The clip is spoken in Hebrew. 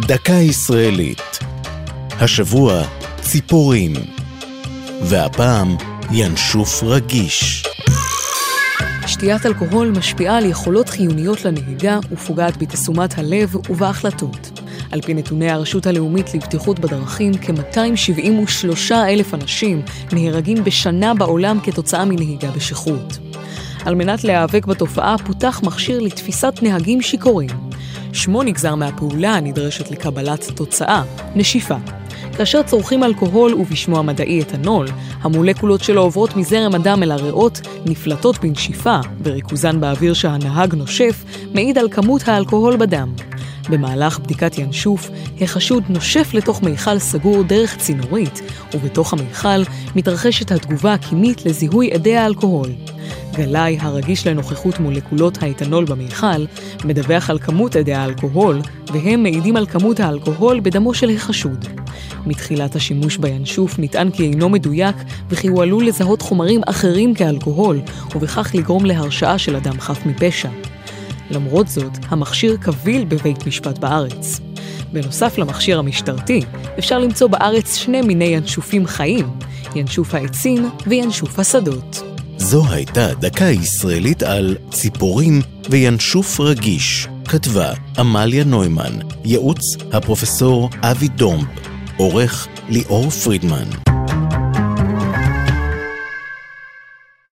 דקה ישראלית. השבוע ציפורים. והפעם ינשוף רגיש. שתיית אלכוהול משפיעה על יכולות חיוניות לנהיגה ופוגעת בתשומת הלב ובהחלטות. על פי נתוני הרשות הלאומית לבטיחות בדרכים, כ-273,000 אנשים נהרגים בשנה בעולם כתוצאה מנהיגה בשכרות. על מנת להיאבק בתופעה פותח מכשיר לתפיסת נהגים שיכורים. שמו נגזר מהפעולה הנדרשת לקבלת תוצאה, נשיפה. כאשר צורכים אלכוהול ובשמו המדעי אתנול, המולקולות שלו עוברות מזרם הדם אל הריאות, נפלטות בנשיפה, וריכוזן באוויר שהנהג נושף מעיד על כמות האלכוהול בדם. במהלך בדיקת ינשוף, החשוד נושף לתוך מיכל סגור דרך צינורית, ובתוך המיכל מתרחשת התגובה הכימית לזיהוי עדי האלכוהול. גלאי הרגיש לנוכחות מולקולות האתנול במיכל מדווח על כמות עדי האלכוהול, והם מעידים על כמות האלכוהול בדמו של החשוד. מתחילת השימוש בינשוף נטען כי אינו מדויק וכי הוא עלול לזהות חומרים אחרים כאלכוהול, ובכך לגרום להרשעה של אדם חף מפשע. למרות זאת, המכשיר קביל בבית משפט בארץ. בנוסף למכשיר המשטרתי, אפשר למצוא בארץ שני מיני ינשופים חיים, ינשוף העצים וינשוף השדות. זו הייתה דקה ישראלית על ציפורים וינשוף רגיש. כתבה אמליה נוימן, ייעוץ הפרופסור אבי דומב, עורך ליאור פרידמן.